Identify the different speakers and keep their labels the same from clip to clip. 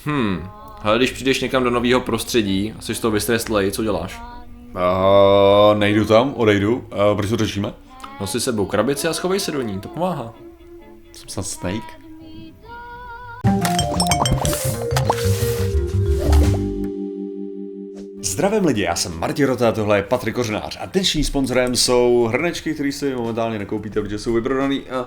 Speaker 1: Ale když přijdeš někam do nového prostředí a jsi z toho vystrestlej, co děláš?
Speaker 2: Nejdu tam, odejdu. Proč to řešíme?
Speaker 1: Nosi s sebou krabici a schovej se do ní, to pomáhá.
Speaker 2: Jsem snad Snake. Zdravím lidi, já jsem Martin Rota, tohle je Patrik Kořenář a dnešním sponzorem jsou hrnečky, které si momentálně nekoupíte, protože jsou vyprodaný a...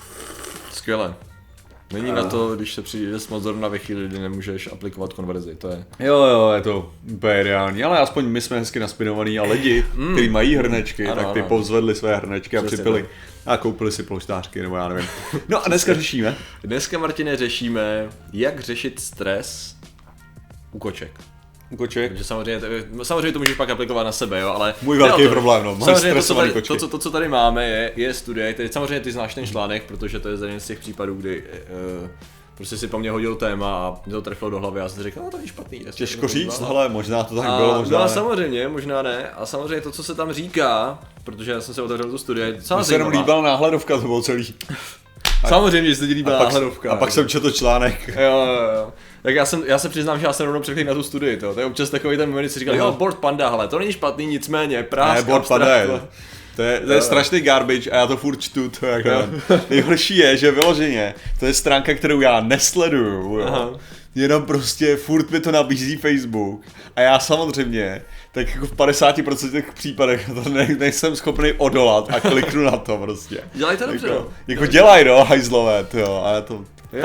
Speaker 1: Skvěle. Není na to, když se přijde sponzor na ve chvíli, kdy nemůžeš aplikovat konverzi, to je...
Speaker 2: Jo, je to úplně ideální, ale aspoň my jsme hezky naspinovaný a lidi, kteří mají hrnečky, tak ty povzvedli své hrnečky a připili a koupili si polštářky, nebo já nevím. No a dneska řešíme.
Speaker 1: Dneska, Martine, řešíme, jak řešit stres u koček.
Speaker 2: Koček.
Speaker 1: Protože samozřejmě to můžeš pak aplikovat na sebe, jo, ale...
Speaker 2: Můj velký problém, no, moje stresovaný kočky.
Speaker 1: To, co tady máme, je studie, který samozřejmě ty znáš ten článek, protože to je jeden z těch případů, kdy prostě si po mně hodil téma a mě to trefilo do hlavy a já jsem si říkal, no to je špatný.
Speaker 2: Těžko říct, ale možná to tak bylo, možná
Speaker 1: no a
Speaker 2: ne.
Speaker 1: samozřejmě, možná ne. A samozřejmě to, co se tam říká, protože já jsem se otevřel tu studii,
Speaker 2: Mně se jenom líbila náhledovka, to bylo celý.
Speaker 1: Samozřejmě, že se ti líbila náhledovka.
Speaker 2: A pak jsem četl článek.
Speaker 1: Jo. Tak já se přiznám, že já jsem rovnou překlikl na tu studii, to je občas takový ten moment, kdy si říkal, jo, Bored Panda, hele, to není špatný, nicméně, prásk,
Speaker 2: ne, Bored Panda je. To je strašný garbage a já to furt čtu, to jak nejhorší je, že vyloženě, to je stránka, kterou já nesleduju, jo. Jenom prostě furt mi to nabízí Facebook a já samozřejmě, tak jako v 50% těch případech to nejsem schopný odolat a kliknu na to prostě.
Speaker 1: Dělej to dobře,
Speaker 2: jako dělaj, no, hajzlové, jo, a já to...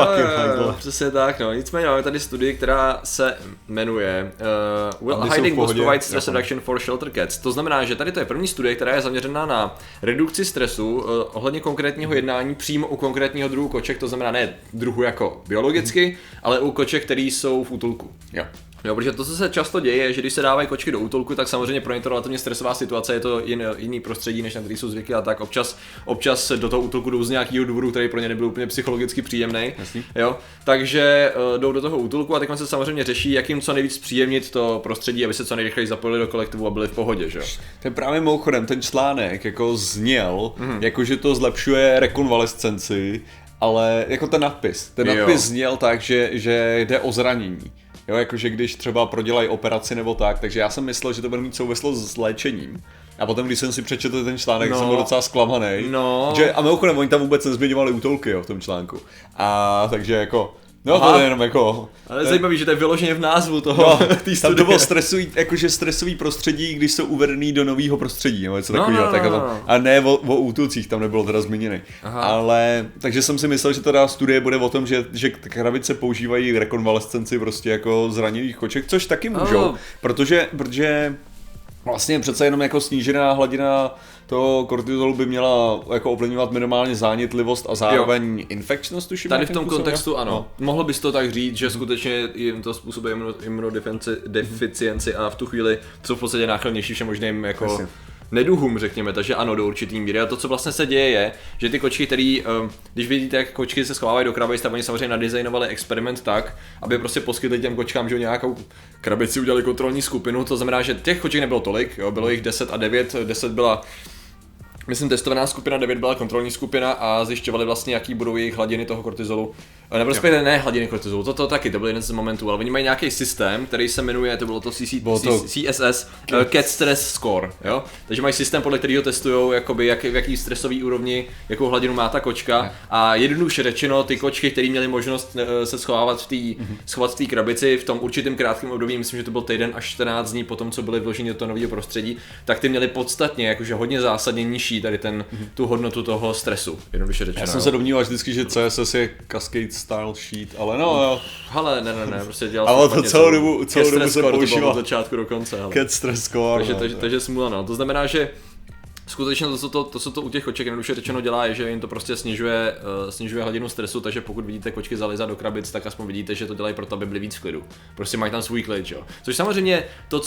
Speaker 1: Jo, přesně tak, no. Nicméně máme tady studii, která se jmenuje Will Hiding Boost Provide Stress Reduction for Shelter Cats. To znamená, že tady to je první studie, která je zaměřená na redukci stresu ohledně konkrétního jednání přímo u konkrétního druhu koček, to znamená ne druhu jako biologicky, ale u koček, které jsou v útulku. Jo, protože to, co se často děje, je, že když se dávají kočky do útulku, tak samozřejmě pro ně to relativně stresová situace, je to jiný prostředí, než na který jsou zvyklí a tak občas do toho útulku jdou z nějakého důvodu, který pro ně nebyl úplně psychologicky příjemný. Jo, takže jdou do toho útulku a teď se samozřejmě řeší, jak jim co nejvíc příjemnit to prostředí, aby se co nejrychleji zapojili do kolektivu a byli v pohodě, že jo.
Speaker 2: To je právě mimochodem ten článek jako zněl, jako že to zlepšuje rekonvalescenci, ale jako ten nadpis zněl tak, že jde o zranění. Jo, jakože když třeba prodělají operaci nebo tak, takže já jsem myslel, že to bude mít souvislost s léčením. A potom, když jsem si přečetl ten článek, jsem byl docela zklamaný. A mimochodem, oni tam vůbec nezmiňovali útulky, jo, v tom článku. A takže jako... No to je jenom jako...
Speaker 1: Ale zajímavý, že to je vyloženě v názvu toho té studie.
Speaker 2: To bylo stresový prostředí, když jsou uvedený do nového prostředí, nebo něco takového. A ne o útulcích, tam nebylo teda zmíněny. Ale, takže jsem si myslel, že teda studie bude o tom, že krabice používají rekonvalescenci prostě jako zraněných koček, což taky můžou, protože vlastně přece jenom jako snížená hladina toho kortizolu by měla jako ovlivňovat minimálně zánětlivost a zároveň infekčnost, tuším.
Speaker 1: Tady v tom kontextu ano. Mohlo bys to tak říct, že skutečně jim to způsobuje imunodeficienci a v tu chvíli jsou v podstatě náchylnější všem možným jako neduhům, řekněme, takže ano, do určitý míry. A to, co vlastně se děje, je, že ty kočky, který, když vidíte, jak kočky se schovávají do krabic, tak oni samozřejmě nadizajnovali experiment tak, aby prostě poskytli těm kočkám, že nějakou krabici udělali kontrolní skupinu. To znamená, že těch koček nebylo tolik, jo, bylo jich 10 a 9, 10 byla myslím testovaná skupina, 9 byla kontrolní skupina a zjišťovali vlastně, jaký budou jejich hladiny toho kortizolu. Nebo respektive ne hladiny kortizolu, to taky, to byl jeden z momentů, ale oni mají nějaký systém, který se jmenuje, to bylo to CSS, Cat Stress Score, jo? Takže mají systém, podle kterého testujou, jakoby, v jaký stresový úrovni, jakou hladinu má ta kočka a jednoduše řečeno, ty kočky, které měly možnost se schovat v té krabici v tom určitém krátkém období, myslím, že to byl týden až 14 dní potom, co byly vloženi do toho nového prostředí, tak ty měly podstatně, jakože hodně zásadně nižší tady tu hodnotu toho stresu, jednoduše řečeno.
Speaker 2: Já jsem se domníval vždycky, že CSS je Cascade Style Sheet, ale no.
Speaker 1: Hele, ne, prostě dělal
Speaker 2: ale to celou dobu se používal.
Speaker 1: Od začátku do konce, hele.
Speaker 2: Cat Stress Score.
Speaker 1: Takže smůla, no. To znamená, že skutečně to, co to u těch koček jednoduše řečeno dělá, je, že jim to prostě snižuje hladinu stresu, takže pokud vidíte kočky zalizat do krabic, tak aspoň vidíte, že to dělají proto, aby byli víc v klidu. Prostě mají tam svůj klid, jo. Což samozřejmě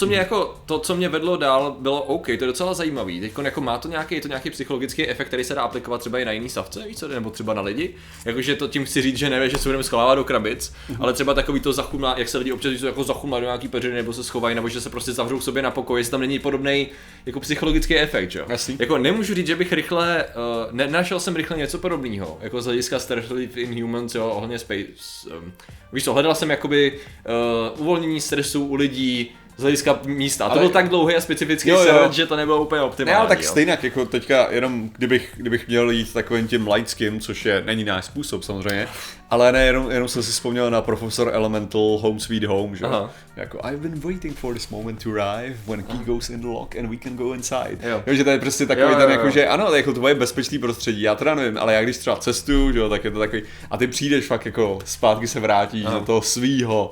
Speaker 1: to, co mě vedlo dál, bylo OK, to je docela zajímavý. Teď jako má to nějaký psychologický efekt, který se dá aplikovat třeba i na jiný savce, víš co, nebo třeba na lidi. Jakože to tím chci říct, že ne, že se budeme schovávat do krabic, ale třeba takový to zachumlá, jak se lidi občas jako zachumlá do nějaký peřiny nebo se schovají, nebo že se prostě zavřou k sobě na pokoji, tam není podobný jako psychologický efekt, jo. Jako nemůžu říct, že bych rychle, nenašel jsem rychle něco podobného, jako z hlediska stress relief in humans, jo, ohledně space. Víš co, hledal jsem jakoby uvolnění stresu u lidí, z hlediska místa. To byl tak dlouhý a specifický server, že to nebylo úplně optimální.
Speaker 2: Ne, tak stejně jako teďka, jenom kdybych měl jít takovým tím lightskim, což není náš způsob samozřejmě, ale ne, jenom jsem si vzpomněl na Professor Elemental Home Sweet Home, že? Jako I've been waiting for this moment to arrive when key goes in the lock and we can go inside. Jo, že to je prostě takový ten jako, že ano, jako to je bezpečný prostředí, já teda nevím, ale já když třeba cestuju, že jo, tak je to takový, a ty přijdeš fakt jako zpátky se vrátíš do toho svýho,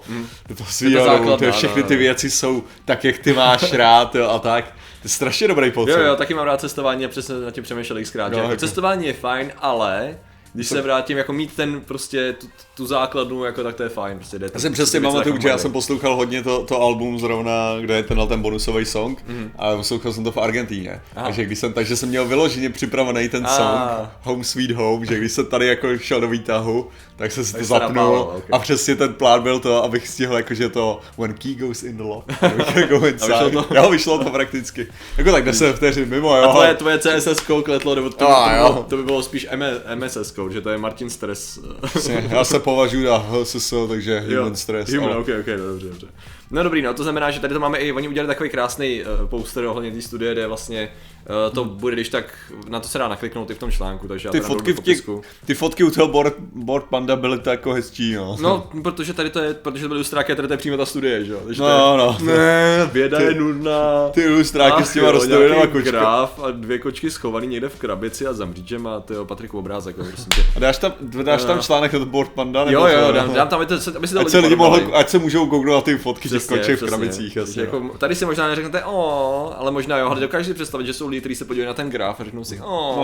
Speaker 2: všechny ty věci jsou tak, jak ty máš rád, jo, a tak. To je strašně dobrý pocit.
Speaker 1: Jo, taky mám rád cestování a přesně na tím přemýšlel xkrát, že jako cestování je fajn, ale když se vrátím, jako mít ten prostě tu základnu, jako tak to je fajn. Prostě
Speaker 2: já jsem přesně pamatuju, že já jsem poslouchal hodně to album zrovna, kde je ten bonusový song a poslouchal jsem to v Argentíně. Takže jsem měl vyloženě připravený ten song Home Sweet Home, že když jsem tady jako šel do výtahu, tak jsem si to zapnul a přesně ten plán byl to, abych stihl jakože to when key goes in the lock, we can go inside. Jo, vyšlo to prakticky. Jako tak 10 vteřin mimo, jo.
Speaker 1: A tvoje CSS-ko kletlo, nebo to by bylo spíš MSS-ko, že to je Martin Stress.
Speaker 2: Já se považuji na HSS, takže human stress.
Speaker 1: Human, ok, dobře. No dobrý, no to znamená, že tady to máme i, oni udělali takový krásný poster ohledně té studie, kde vlastně to bude, když tak, na to se dá nakliknout i v tom článku, takže
Speaker 2: ty fotky u toho Bored Panda byly tak jako hezčí, no.
Speaker 1: No, protože tady to je, protože to byly ilustráky, tady to je přímo ta studie, že jo.
Speaker 2: Ne,
Speaker 1: věda je nudná.
Speaker 2: Ty ilustráky s těma rostlinama kočka.
Speaker 1: Graf a 2 kočky schovaný někde v krabici a za mříčem a tyjo, Patrik obrázek, prosím tě.
Speaker 2: A dáš tam článek na Bored Panda?
Speaker 1: Jo, dám tam, aby si to lidi
Speaker 2: ať se můžou googlit na ty fotky těch koček v krabicích, jasně.
Speaker 1: Jako, tady si možná neřeknete ale možná jo, ale dokážeš si představit, že jsou lidi, kteří se podívají na ten graf a řeknou si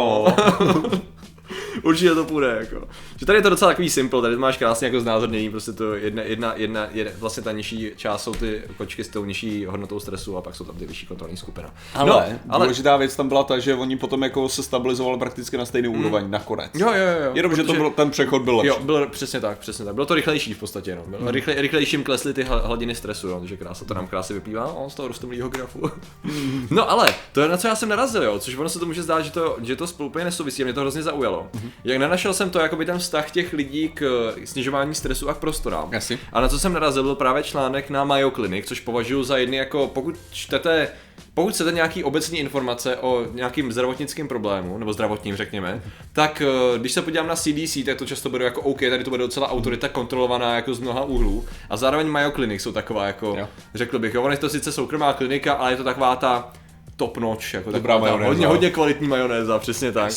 Speaker 1: Určitě to půjde, jako. Že tady je to docela takový simple, tady to máš krásně jako znázornění, prostě to jedna, vlastně ta nižší část jsou ty kočky s tou nižší hodnotou stresu a pak jsou tam ty vyšší kontrolní skupina.
Speaker 2: Ale důležitá věc tam byla ta, že oni potom jako se stabilizovali prakticky na stejný úroveň nakonec.
Speaker 1: Jo.
Speaker 2: Jenom, že ten přechod byl lepší.
Speaker 1: Jo, bylo přesně tak. Bylo to rychlejší v podstatě, no. Rychlejším klesly ty hladiny stresu, jo, takže to nám krásně vyplývá z toho rostomilýho grafu. No ale, to je na co já jsem narazil, jo, což ono se to může zdát, že to spolu úplně nesouvisí, mě to hrozně zaujalo. Jak nenašel jsem to jakoby ten vztah těch lidí k snižování stresu a k prostorám.
Speaker 2: Asi.
Speaker 1: A na co jsem narazil, byl právě článek na Mayo Clinic, což považuji za jedny jako, pokud chcete nějaký obecní informace o nějakým zdravotnickým problému, nebo zdravotním řekněme, tak když se podívám na CDC, tak to často beru jako OK, tady to bude docela autorita kontrolovaná jako z mnoha úhlů. A zároveň Mayo Clinic jsou taková jako, řekl bych, ono je to sice soukromá klinika, ale je to taková ta top notch, jako
Speaker 2: dobrá majonéza.
Speaker 1: Hodně kvalitní majonéza, přesně tak.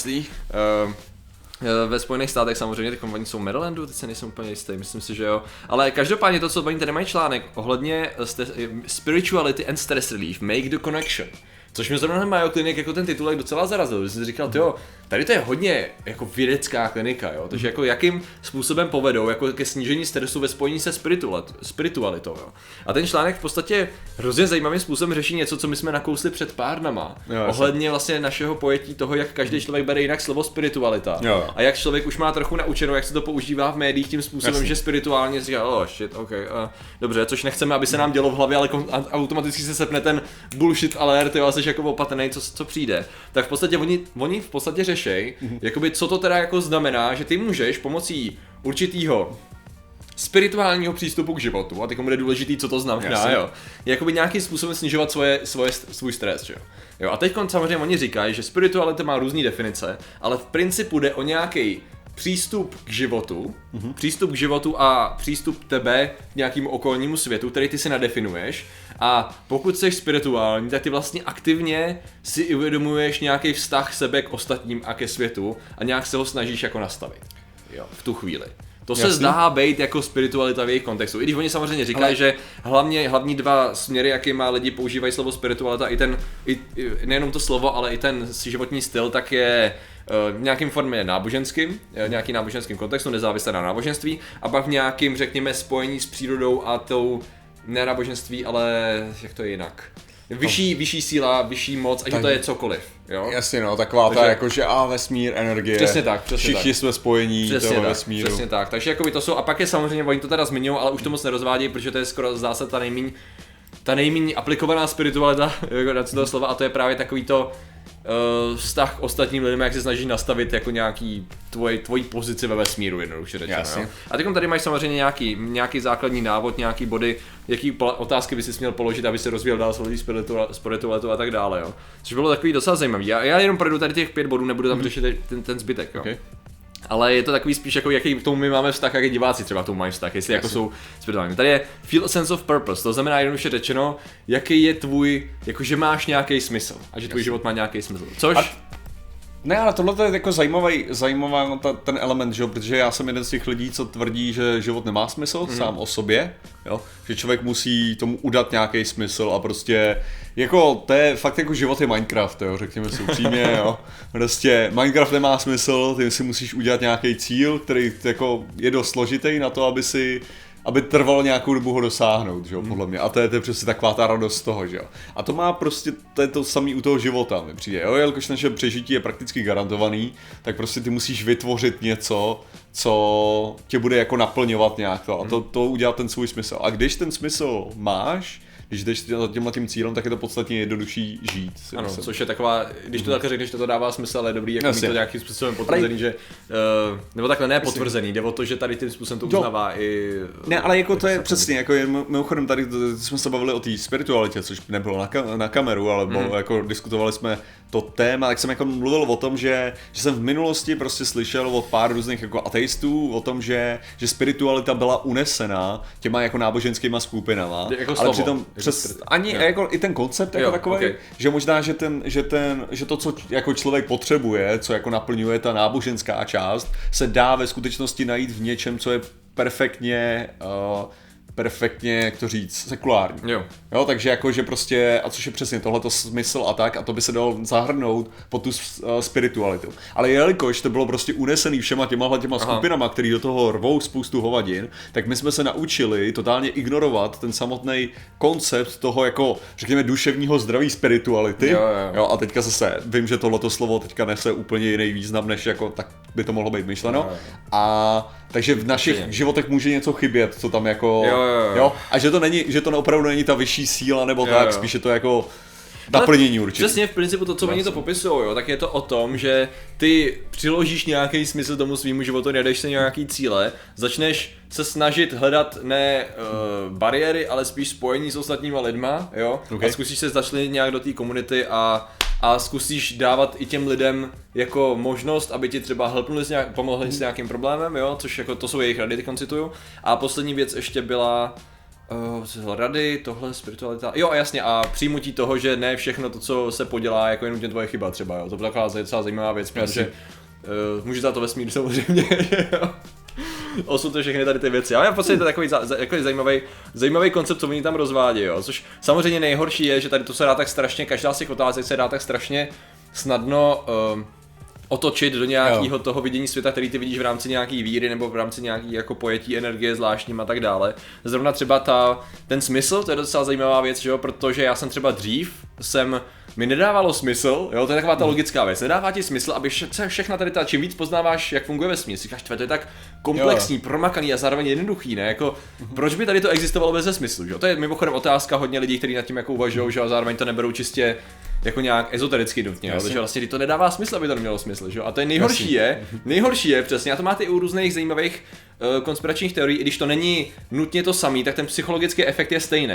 Speaker 1: Ve Spojených státech samozřejmě, tak oni jsou v Marylandu, teď se nejsem úplně jistý, myslím si, že jo. Ale každopádně to, co oni tady mají článek ohledně spirituality and stress relief, make the connection. Což mě zrovna Mayo Clinic jako ten titulek docela zarazil, že jsem si říkal, tady to je hodně jako vědecká klinika, jo, takže jako jakým způsobem povedou jako ke snížení stresu ve spojení se spiritualitou, jo. A ten článek v podstatě hrozně zajímavým způsobem řeší něco, co my jsme nakousli před pár dnama, ohledně vlastně našeho pojetí toho, jak každý člověk bere jinak slovo spiritualita. A jak člověk už má trochu naučeno, jak se to používá v médiích tím způsobem, že spirituálně říká, dobře, což nechceme, aby se nám dělo v hlavě, ale automaticky se sepne ten bullshit alert, jo, a jsi jako opatrnej, co přijde. Tak v podstatě oni v podstatě řešej, jakoby co to teda jako znamená, že ty můžeš pomocí určitýho spirituálního přístupu k životu, a teď bude důležitý, co to znamená, jo. Jakoby nějakým způsobem snižovat svůj stres, jo. A teď samozřejmě oni říkají, že spiritualita má různé definice, ale v principu jde o nějaký přístup k životu a přístup tebe k nějakému okolnímu světu, který ty si nadefinuješ. A pokud jsi spirituální, tak ty vlastně aktivně si uvědomuješ nějaký vztah sebe k ostatním a ke světu a nějak se ho snažíš jako nastavit. Jo, v tu chvíli. To se zdá být jako spiritualita v jejich kontextu. I když oni samozřejmě říkají, že hlavní dva směry, jaký má lidi používají slovo spiritualita, nejenom to slovo, ale i ten životní styl, tak je v nějakým formě náboženským, nějaký náboženským kontextu, nezávisle na náboženství, a pak v nějakým, řekněme, spojení s přírodou a tou ne náboženství, ale jak to je jinak? Vyšší síla, vyšší moc, ať to je cokoliv, jo?
Speaker 2: Jasně no, taková ta jakože vesmír, energie.
Speaker 1: Přesně tak.
Speaker 2: Všichni jsme spojení toho vesmíru.
Speaker 1: Přesně tak, takže jakoby to jsou, a pak je samozřejmě, oni to teda zmiňují, ale už to moc nerozvádějí, protože to je skoro zdá se ta nejméně aplikovaná spiritualita, jako na toho slova, a to je právě takový to vztah k ostatním lidem, jak se snaží nastavit jako nějaký tvojí pozici ve vesmíru, jednoduše řečeno. Jo? A teď tady máš samozřejmě nějaký základní návod, nějaký body, jaký otázky by si měl položit, aby se rozvíjel dál svou spiritualitu a tak dále. Jo? Což bylo takový docela zajímavý. Já jenom projdu tady těch 5 bodů, nebudu tam řešit ten zbytek. Jo? Okay. Ale je to takový spíš jako jaký k tomu my máme vztah, jak diváci třeba k tomu mají vztah, jestli jako jsou spirituální. Tady je feel a sense of purpose, to znamená jednoduše řečeno, jaký je tvůj, jakože máš nějaký smysl a že tvůj život má nějaký smysl. Což
Speaker 2: ne, ale tohle je jako zajímavý ten element, že? Protože já jsem jeden z těch lidí, co tvrdí, že život nemá smysl sám o sobě, jo? Že člověk musí tomu udat nějaký smysl a prostě jako to je fakt jako život je Minecraft, jo? Řekněme si upřímně, jo? Prostě Minecraft nemá smysl, ty si musíš udělat nějaký cíl, který jako je dost složitý na to, aby trvalo nějakou dobu ho dosáhnout, že jo, podle mě. A to je přesně taková ta radost z toho, že jo. A to má prostě, to je to samé u toho života, mi přijde, jo, jelikož naše přežití je prakticky garantovaný, tak prostě ty musíš vytvořit něco, co tě bude jako naplňovat nějak to. A to udělat ten svůj smysl. A když ten smysl máš, když jdeš za tím cílem, tak je to podstatně jednodušší žít.
Speaker 1: Ano, což je taková, když to takhle řekneš, to dává smysl, ale je dobrý, jako mít to nějakým způsobem potvrzený, že, nebo takhle ne potvrzený, jde o to, že tady tím způsobem to uznává i...
Speaker 2: Ne, ale jako to je přesně, jako mimochodem tady jsme se bavili o té spiritualitě, což nebylo na kameru, ale jako diskutovali jsme to téma, tak jsem jako mluvil o tom, že jsem v minulosti prostě slyšel od pár různých jako ateistů o tom, že spiritualita byla unesená těma jako náboženskýma skupinama,
Speaker 1: jako
Speaker 2: ale přitom jako i ten koncept jako takový, že možná, že to, co jako člověk potřebuje, co jako naplňuje ta náboženská část, se dá ve skutečnosti najít v něčem, co je perfektně, jak to říct, sekulární. Jo, takže jako, že prostě, a což je přesně tohleto smysl a tak, a to by se dalo zahrnout po tu spiritualitu. Ale jelikož to bylo prostě unesený všema těma skupinama, který do toho rvou spoustu hovadin, tak my jsme se naučili totálně ignorovat ten samotný koncept toho jako, řekněme, duševního zdraví spirituality. Jo, a teďka zase vím, že tohleto slovo teďka nese úplně jiný význam, než jako tak by to mohlo být myšleno. A takže v našich životech může něco chybět, co tam jako, jo, a že to opravdu není ta vyšší síla nebo tak, spíš je to jako naplnění určitě.
Speaker 1: Přesně v principu to, co oni to popisují, jo, tak je to o tom, že ty přiložíš nějaký smysl tomu svýmu životu, nedeš se nějaký cíle, začneš se snažit hledat ne bariéry, ale spíš spojení s ostatníma lidma, jo, a zkusíš se začlenit nějak do té komunity a zkusíš dávat i těm lidem jako možnost, aby ti třeba pomohli s nějakým problémem, jo, což jako to jsou jejich rady, ty koncituju. A poslední věc ještě byla rady, tohle spiritualita, jo jasně, a přijmutí toho, že ne všechno to, co se podělá, jako jenom tě tvoje chyba třeba, jo, to byla taková docela zajímavá věc, protože může za to vesmír samozřejmě, jo. Osud to všechny tady ty věci, ale v podstatě to je takový zajímavý koncept, co oni tam rozvádí, jo, což samozřejmě nejhorší je, že tady to se dá tak strašně, každá z těch otázek se dá tak strašně snadno otočit do nějakého toho vidění světa, který ty vidíš v rámci nějaký víry nebo v rámci nějaký jako pojetí energie zvláštním a tak dále. Zrovna třeba ten smysl, to je docela zajímavá věc, že jo, protože já jsem třeba dřív mi nedávalo smysl, jo, to je taková ta logická věc, nedává ti smysl, aby všechna tady čím víc poznáváš, jak funguje vesmír, si říkáš, to je tak komplexní, promakaný a zároveň jednoduchý, ne, jako proč by tady to existovalo bez smyslu, že jo, to je mimochodem otázka hodně lidí, kteří nad tím jako uvažují, že a zároveň to neberou čistě jako nějak ezotericky nutně, jo, takže vlastně to nedává smysl, aby to nemělo smysl, že jo, a to je nejhorší je přesně, a to máte i u různých zajímavých konspiračních teorií, i když to není nutně to samý, tak ten psychologický efekt je stejný.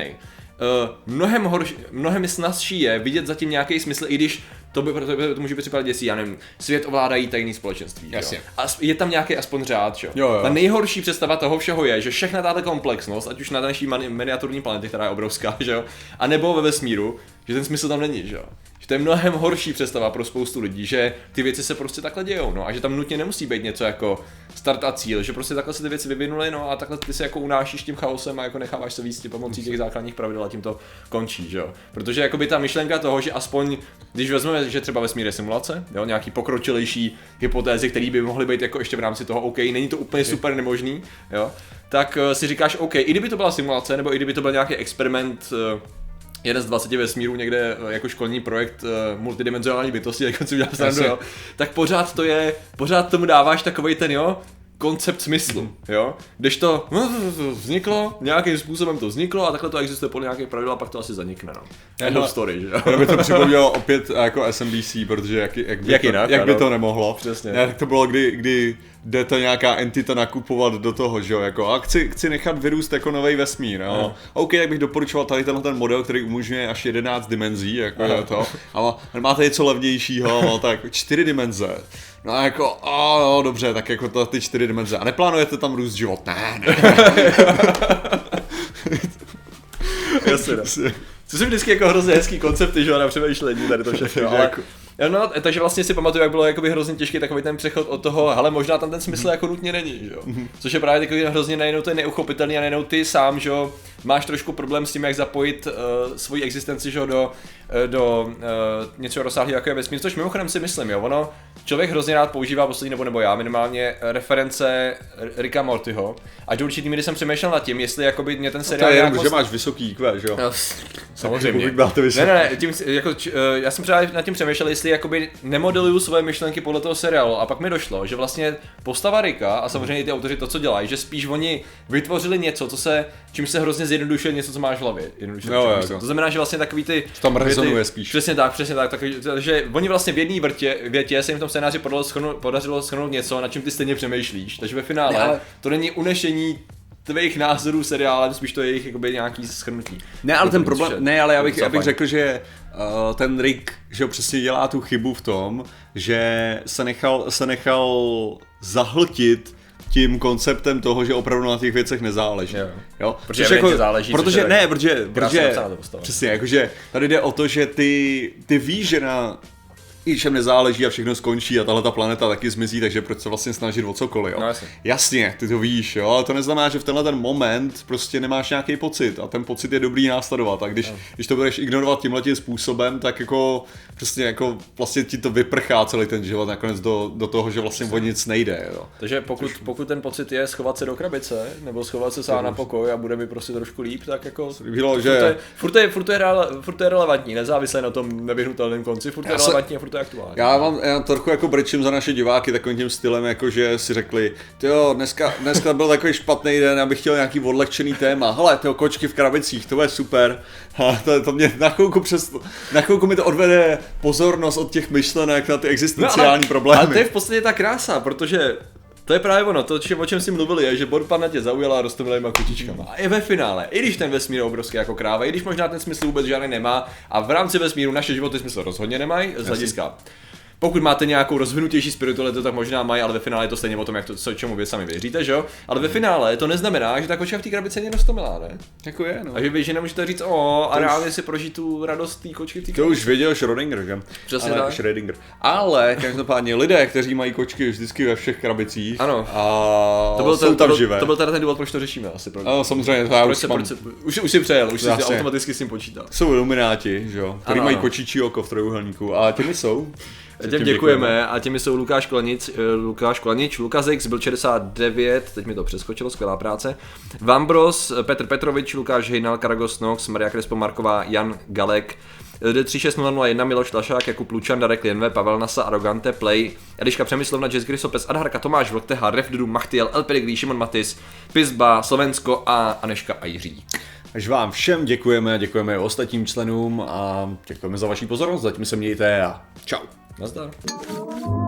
Speaker 1: Mnohem snazší je vidět zatím nějaký smysl, i když to může být připadat děsí, já nevím, svět ovládají tajný společenství, jo? A je tam nějaký aspoň řád, jo? Ta nejhorší představa toho všeho je, že všechna tato komplexnost, ať už na naší miniaturní planety, která je obrovská, že jo, a nebo ve vesmíru, že ten smysl tam není, že jo. Že to je mnohem horší představa pro spoustu lidí, že ty věci se prostě takhle dějou, no, a že tam nutně nemusí být něco jako start a cíl, že prostě takhle se ty věci vyvinuly, no, a takhle ty se jako unášíš tím chaosem a jako necháváš se víc pomocí těch základních pravidel a tím to končí, že jo. Protože jakoby ta myšlenka toho, že aspoň, když vezmeme, že třeba vesmír je simulace, jo, nějaký pokročilejší hypotézy, které by mohly být jako ještě v rámci toho, OK, není to úplně super nemožný, jo, tak si říkáš, OK, i kdyby to byla simulace, nebo i kdyby to byl nějaký experiment, jeden z 20 vesmírů někde jako školní projekt multidimenzionální bytosti, jako si udělám srandu, jo, tak pořád tomu dáváš takovej ten, jo, koncept smyslu, jo? Když to vzniklo, nějakým způsobem to vzniklo a takhle to existuje podle nějakých pravidel a pak to asi zanikne, no. End of story, že jo?
Speaker 2: Já by to připomnělo opět jako SMBC, protože jak by to nemohlo.
Speaker 1: Přesně.
Speaker 2: Jak to bylo, kdy jdete nějaká entita nakupovat do toho, že jo, jako a chci nechat vyrůst jako nový vesmír, jo. No. OK, jak bych doporučoval tady ten model, který umožňuje až 11 dimenzí, jako je to, a máte něco levnějšího, tak 4 dimenze. No jako, no dobře, tak jako ty 4 dimenze. A neplánujete tam růst život? Ne.
Speaker 1: Jasně. Co jsou vždycky jako hrozně hezký koncepty, že jo, na přemýšlení tady to všechno, ale... No, takže vlastně si pamatuju, jak bylo jakoby hrozně těžký takový ten přechod od toho, hele, možná tam ten smysl jako nutně není, že jo. Což je právě takový hrozně najednou to je neuchopitelný a najednou ty sám, že jo, máš trošku problém s tím, jak zapojit svoji existenci, že jo, do něco rozsáhlého jako je vesmír, což mimochodem si myslím, jo, ono, člověk hrozně rád používá poslední nebo já minimálně reference Ricka Mortyho a do určitý míry jsem přemýšlel nad tím, jestli jakoby mě ten seriál
Speaker 2: to je jenom, že máš vysoký IQ, že jo?
Speaker 1: No, samozřejmě. Tím, jako, já jsem právě nad tím přemýšlel, jestli jakoby nemodeluju svoje myšlenky podle toho seriálu a pak mi došlo, že vlastně postava Ricka a samozřejmě i ty autoři to, co dělají, že spíš oni vytvořili něco, čím se hrozně zjednodušuje něco, co máš v hlavě. To znamená, že vlastně takový ty
Speaker 2: tam rezonuje spíš.
Speaker 1: Přesně tak, takže oni vlastně v jedné větě se jim v tom scénáři podařilo shrnout něco, na čím ty stejně přemýšlíš. Takže ve finále to není unešení tvých názorů seriálem, spíš to je jejich jakoby nějaký shrnutí.
Speaker 2: Ne, ale ten problém, ale já bych řekl, že ten Rick, že přesně dělá tu chybu v tom, že se nechal zahltit tím konceptem toho, že opravdu na těch věcech nezáleží. Jo?
Speaker 1: Protože jako, záleží.
Speaker 2: Protože přesně, jakože tady jde o to, že ty víš, že na ničem nezáleží a všechno skončí a tahle ta planeta taky zmizí, takže proč se vlastně snažit o cokoliv, jo?
Speaker 1: No,
Speaker 2: jasně, ty to víš, jo, ale to neznamená, že v tenhle ten moment prostě nemáš nějaký pocit a ten pocit je dobrý následovat a když to budeš ignorovat tímhletím způsobem, tak jako prostě jako vlastně ti to vyprchá celý ten život nakonec do toho, že vlastně o nic nejde, jo.
Speaker 1: Takže pokud ten pocit je schovat se do krabice nebo schovat se sám na pokoj a bude mi prostě trošku líp, tak jako furt je relevantní, nezávisle na tom nevyhnutelném konci, furt je relevantní a furt aktuální.
Speaker 2: Já trochu jako brečím za naše diváky takovým tím stylem, jako že si řekli, tyjo, dneska byl takový špatný den, abych chtěl nějaký odlehčený téma. Hele, tyjo, kočky v krabicích, to je super. A to mě na chvilku mi to odvede pozornost od těch myšlenek na ty existenciální problémy.
Speaker 1: Ale to je v podstatě ta krása, protože to je právě ono, o čem si mluvili, je, že Borpana tě zaujala roztomilýma kočičkama. A i ve finále, i když ten vesmír je obrovský jako kráva, i když možná ten smysl vůbec žádný nemá, a v rámci vesmíru naše životy smysl rozhodně nemají, z hlediska. Pokud máte nějakou rozvinutější spiritualitu, tak možná mají, ale ve finále je to stejně o tom, čemu vy sami věříte, že jo? Ale ve finále to neznamená, že ta kočka v té krabici je roztomilá, ne?
Speaker 2: Jako je, no.
Speaker 1: A vy nemůžete říct, a reálně si prožít tu radost té kočky v té krabici.
Speaker 2: To už věděl Schrödinger, že?
Speaker 1: Přesně tak.
Speaker 2: Schrödinger. Ale každopádně lidé, kteří mají kočky vždycky ve všech krabicích.
Speaker 1: Ano.
Speaker 2: A jsou tam živé.
Speaker 1: To byl teda ten důvod, proč to řešíme asi.
Speaker 2: Ano, samozřejmě.
Speaker 1: Už si přejel, už si automaticky s tím počítal.
Speaker 2: Jsou ilumináti, že jo? Kteří mají kočičí oko v trojuhelníku. A těmi jsou.
Speaker 1: Těm děkujeme a těmi jsou Lukáš Klanič, Lukazex byl 69, teď mi to přeskočilo, skvělá práce. Vambros, Petr Petrovič, Lukáš Hejnal, Karagos Nox, Maria Krespo Marková, Jan Galek, D36001, Miloš Lašák, Jakub Lučan, Darek Lienve, Pavel Nasa, Arogante, Play, Eliška Přemyslovna, Jess Grysopes, Adharka, Tomáš Vlkteha, Refdudu, Machtiel, El Pedigrí, Šimon Matis, Pizba, Slovensko a Aneška Ajří.
Speaker 2: Takže vám všem děkujeme i ostatním členům a děkujeme za vaši pozornost, zatím se mějte a čau.
Speaker 1: Nazdar.